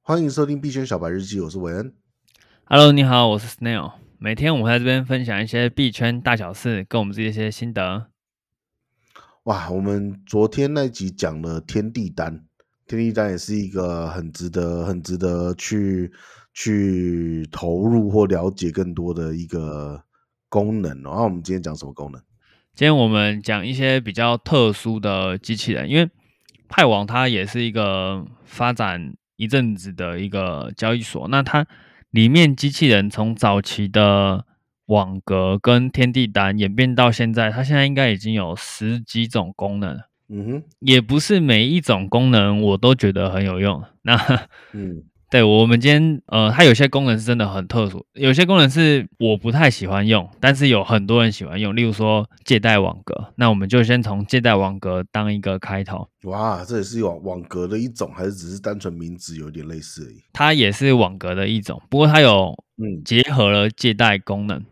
欢迎收听币圈小白日记，我是韦恩。 Hello，你好，我是 Snail。每天我们在这边分享一些币圈大小事，跟我们自己一些心得。 哇，我们昨天那集讲了天地单，天地单也是一个很值得去投入或了解更多的一个功能。然后我们今天讲什么功能？ 今天我们讲一些比较特殊的机器人，因为派网它也是一个发展一阵子的一个交易所，那它里面机器人从早期的网格跟天地单演变到现在，它现在应该已经有10几种功能了。也不是每一种功能我都觉得很有用。那对，我们今天它有些功能是真的很特殊，有些功能是我不太喜欢用，但是有很多人喜欢用，例如说借贷网格。那我们就先从借贷网格当一个开头。 哇，这也是网格的一种，还是只是单纯名字有点类似而已？ 它也是网格的一种，不过它有结合了借贷功能。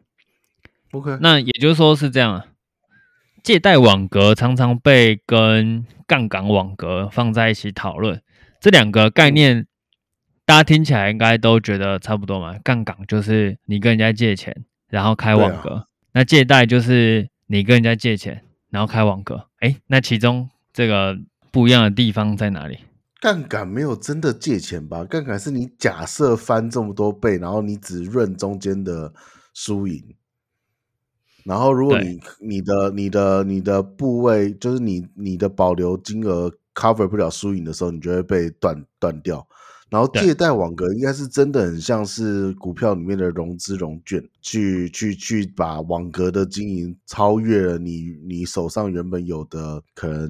OK， 那也就是说是这样啊，借贷网格常常被跟杠杆网格放在一起讨论，这两个概念。大家听起来应该都觉得差不多嘛，杠杆就是你跟人家借钱，然后开网格，那借贷就是你跟人家借钱，然后开网格。那其中这个不一样的地方在哪里？ 杠杆没有真的借钱吧？杠杆是你假设翻这么多倍，然后你只润中间的输赢。然后，如果你的部位就是你的保留金额 cover 不了输赢的时候，你就会被断掉。然后借贷网格应该是真的很像是股票里面的融资融券，去把网格的经营超越了你手上原本有的可能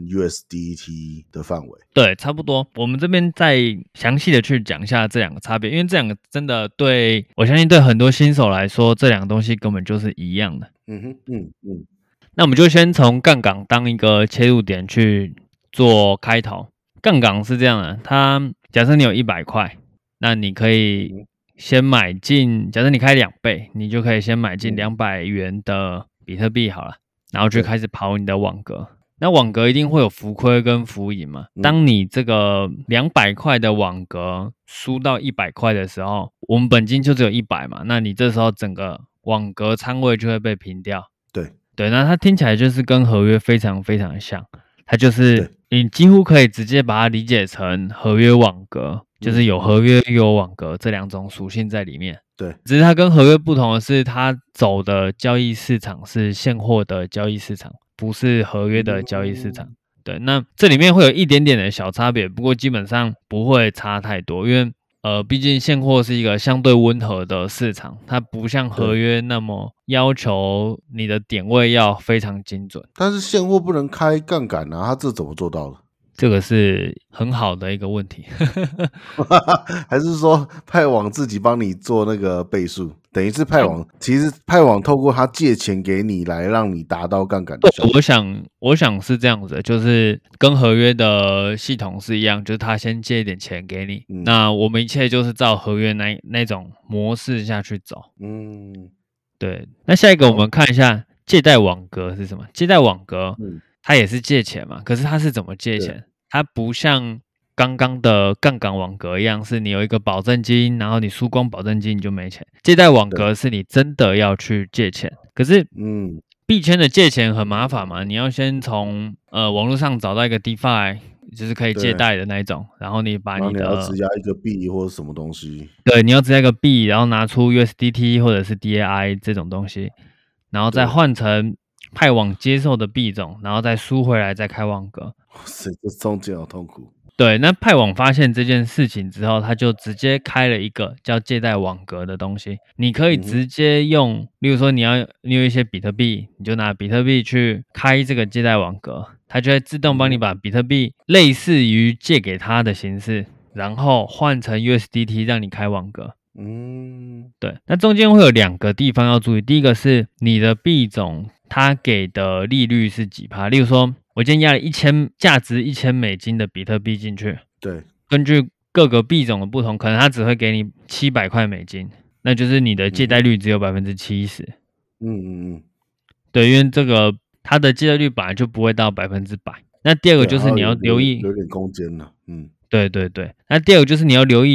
USDT 的范围。 对，差不多。我们这边再详细的去讲一下这两个差别，因为这两个真的我相信对很多新手来说，这两个东西根本就是一样的。那我们就先从杠杆当一个切入点去做开头。杠杆是这样的，它假设你有100块，那你可以先买进，假设你开2倍，你就可以先买进200元的比特币好了，然后就开始跑你的网格。那网格一定会有浮亏跟浮盈嘛？当你这个200块的网格输到100块的时候，我们本金就只有100嘛，那你这时候整个网格仓位就会被平掉。对，那它听起来就是跟合约非常非常像，它就是你几乎可以直接把它理解成合约网格，就是有合约又有网格这两种属性在里面。 对， 只是它跟合约不同的是，它走的交易市场是现货的交易市场，不是合约的交易市场。对，那这里面会有一点点的小差别，不过基本上不会差太多，因为毕竟现货是一个相对温和的市场，它不像合约那么要求你的点位要非常精准。 但是现货不能开杠杆啊，它这怎么做到的？ 这个是很好的一个问题。 还是说派网自己帮你做那个倍数？等于是其实派网透过他借钱给你来让你达到杠杆的效果。 我想是这样子的，就是跟合约的系统是一样，就是他先借一点钱给你，那我们一切就是照合约那种模式下去走。对。那下一个我们看一下借贷网格是什么？借贷网格，它也是借钱嘛，可是它是怎么借钱？它不像刚刚的杠杆网格一样，是你有一个保证金，然后你输光保证金你就没钱。借贷网格是你真的要去借钱，可是币圈的借钱很麻烦嘛，你要先从网络上找到一个 DeFi， 就是可以借贷的那一种，然后你把你要质押一个币或者什么东西， 对，你要质押一个币，然后拿出 USDT 或者是 DAI 这种东西，然后再换成派网接受的币种，然后再输回来再开网格。 这中间好痛苦。 对，那派网发现这件事情之后，他就直接开了一个叫借贷网格的东西。你可以直接用，例如说你有一些比特币，你就拿比特币去开这个借贷网格，它就会自动帮你把比特币类似于借给他的形式，然后换成 USDT 让你开网格。对，那中间会有2个地方要注意。第一个是你的币种它给的利率是几%，例如说我今天压了价值$1000的比特币进去， 对， 根据各个币种的不同，可能它只会给你$700块，那就是你的借贷率只有70%。对，因为这个它的借贷率本来就不会到100%。那第二个就是你要留意， 有点空间了。 对对对。那第二个就是你要留意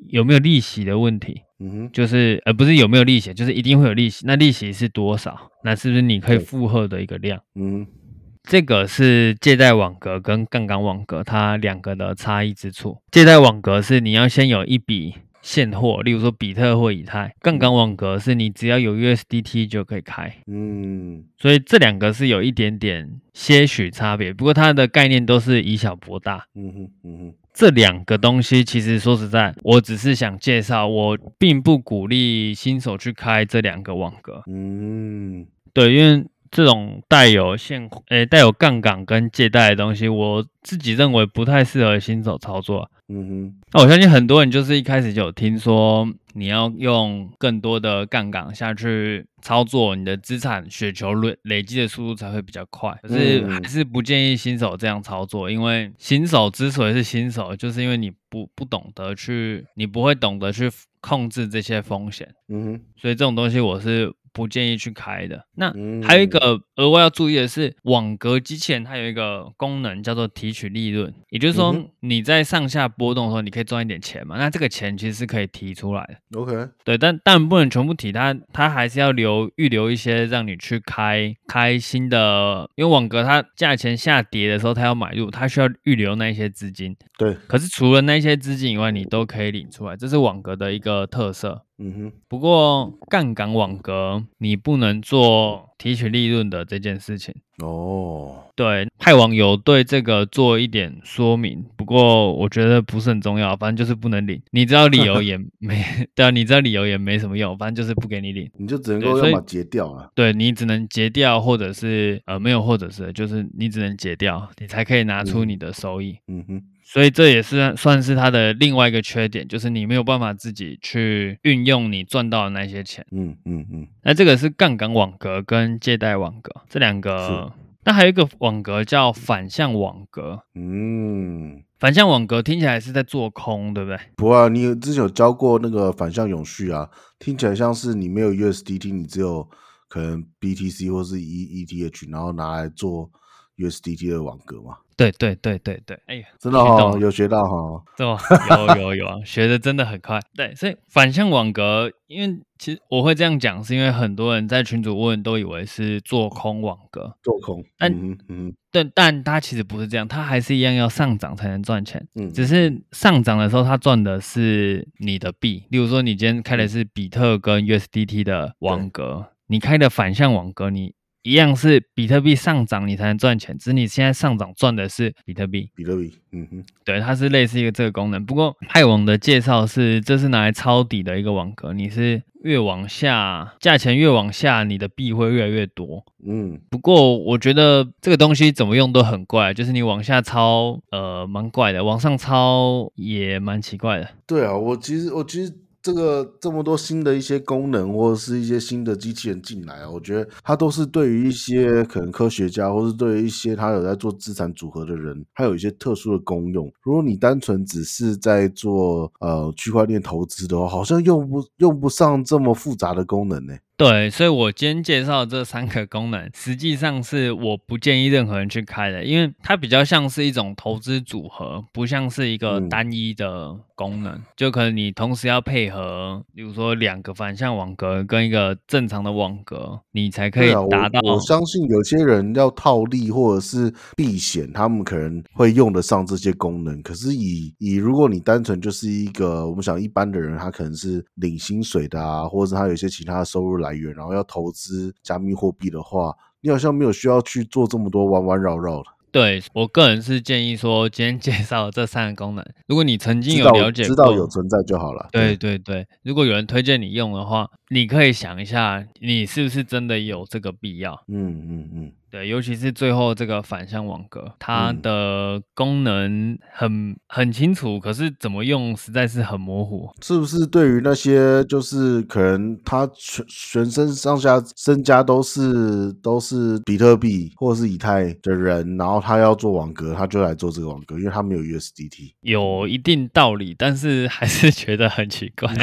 有没有利息的问题。就是不是有没有利息，就是一定会有利息。那利息是多少？那是不是你可以负荷的一个量？这个是借贷网格跟杠杆网格它两个的差异之处。借贷网格是你要先有一笔现货，例如说比特或以太。杠杆网格是你只要有 USDT 就可以开。所以这两个是有一点点些许差别，不过它的概念都是以小博大。这两个东西其实说实在，我只是想介绍，我并不鼓励新手去开这两个网格。对，因为这种带有杠杆跟借贷的东西，我自己认为不太适合新手操作。那我相信很多人就是一开始就有听说你要用更多的杠杆下去操作，你的资产雪球累积的速度才会比较快。可是还是不建议新手这样操作，因为新手之所以是新手，就是因为你不懂得去，你不会懂得去控制这些风险。所以这种东西我是不建议去开的。那还有一个额外要注意的是，网格机器人它有一个功能叫做提取利润，也就是说你在上下波动的时候，你可以赚一点钱嘛。那这个钱其实是可以提出来的。 OK， 对，但当然不能全部提，它还是要预留一些让你去开新的，因为网格它价钱下跌的时候，它要买入，它需要预留那一些资金。 对， 可是除了那些资金以外，你都可以领出来，这是网格的一个特色。不过杠杆网格你不能做提取利润的这件事情。对，派网有对这个做一点说明，不过我觉得不是很重要，反正就是不能领。你知道理由也没对啊，你知道理由也没什么用，反正就是不给你领， 你就只能够要么截掉啊。 对，你只能截掉，或者是没有，或者是就是你只能截掉，你才可以拿出你的收益。所以这也是算是它的另外一个缺点，就是你没有办法自己去运用你赚到的那些钱。那这个是杠杆网格跟借贷网格这两个。那还有一个网格叫反向网格。反向网格听起来是在做空，对不对？ 不啊，你之前有教过那个反向永续啊，听起来像是你没有 USDT， 你只有可能 BTC 或是 ETH， 然后拿来做 USDT 的网格嘛。 对，哎呀， 真的有学到哈， 有啊，学的真的很快。对，所以反向网格，因为其实我会这样讲，是因为很多人在群组问都以为是做空网格， 做空， 但它其实不是这样，它还是一样要上涨才能赚钱。只是上涨的时候，它赚的是你的币，例如说你今天开的是比特跟 USDT 的网格，你开的反向网格，你一样是比特币上涨你才能赚钱，只是你现在上涨赚的是比特币。对，它是类似一个这个功能。不过派网的介绍是，这是拿来抄底的一个网格，你是越往下，价钱越往下，你的币会越来越多。不过我觉得这个东西怎么用都很怪，就是你往下抄，蛮怪的，往上抄也蛮奇怪的。 对啊，我其实这么多新的一些功能或者是一些新的机器人进来啊，我觉得它都是对于一些可能科学家或是对于一些他有在做资产组合的人，它有一些特殊的功用。如果你单纯只是在做区块链投资的话，好像用不上这么复杂的功能呢。 对，所以我今天介绍这3个功能，实际上是我不建议任何人去开的，因为它比较像是一种投资组合，不像是一个单一的功能。就可能你同时要配合，比如说2个反向网格跟一个正常的网格，你才可以达到。 我相信有些人要套利或者是避险，他们可能会用得上这些功能。可是如果你单纯就是一个我们想一般的人，他可能是领薪水的啊，或者是他有一些其他的收入来源，然后要投资加密货币的话，你好像没有需要去做这么多弯弯绕绕的。 对，我个人是建议说，今天介绍这3个功能，如果你曾经有了解过， 知道有存在就好了。 对，如果有人推荐你用的话，你可以想一下，你是不是真的有这个必要？对，尤其是最后这个反向网格，它的功能很清楚，可是怎么用实在是很模糊。 是不是对于那些就是可能他全身上下身家都是比特币或者是以太的人，然后他要做网格，他就来做这个网格，因为他没有 USDT。 有一定道理，但是还是觉得很奇怪。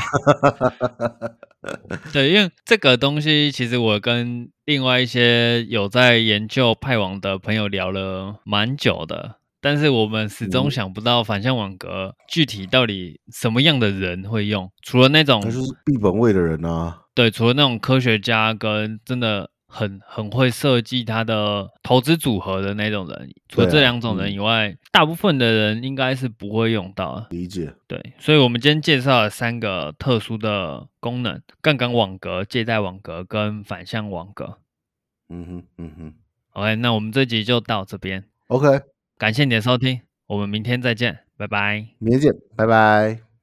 对，因为这个东西其实我跟另外一些有在研究派网的朋友聊了蛮久的， 但是我们始终想不到反向网格具体到底什么样的人会用，除了那种那就是币本位的人啊。 对，除了那种科学家跟真的很会设计他的投资组合的那种人，除了这2种人以外，大部分的人应该是不会用到。 理解。 对，所以我们今天介绍了3个特殊的功能：杠杆网格、借贷网格跟反向网格。OK， 那我们这集就到这边。 OK， 感谢你的收听，我们明天再见，拜拜。 明天见，拜拜。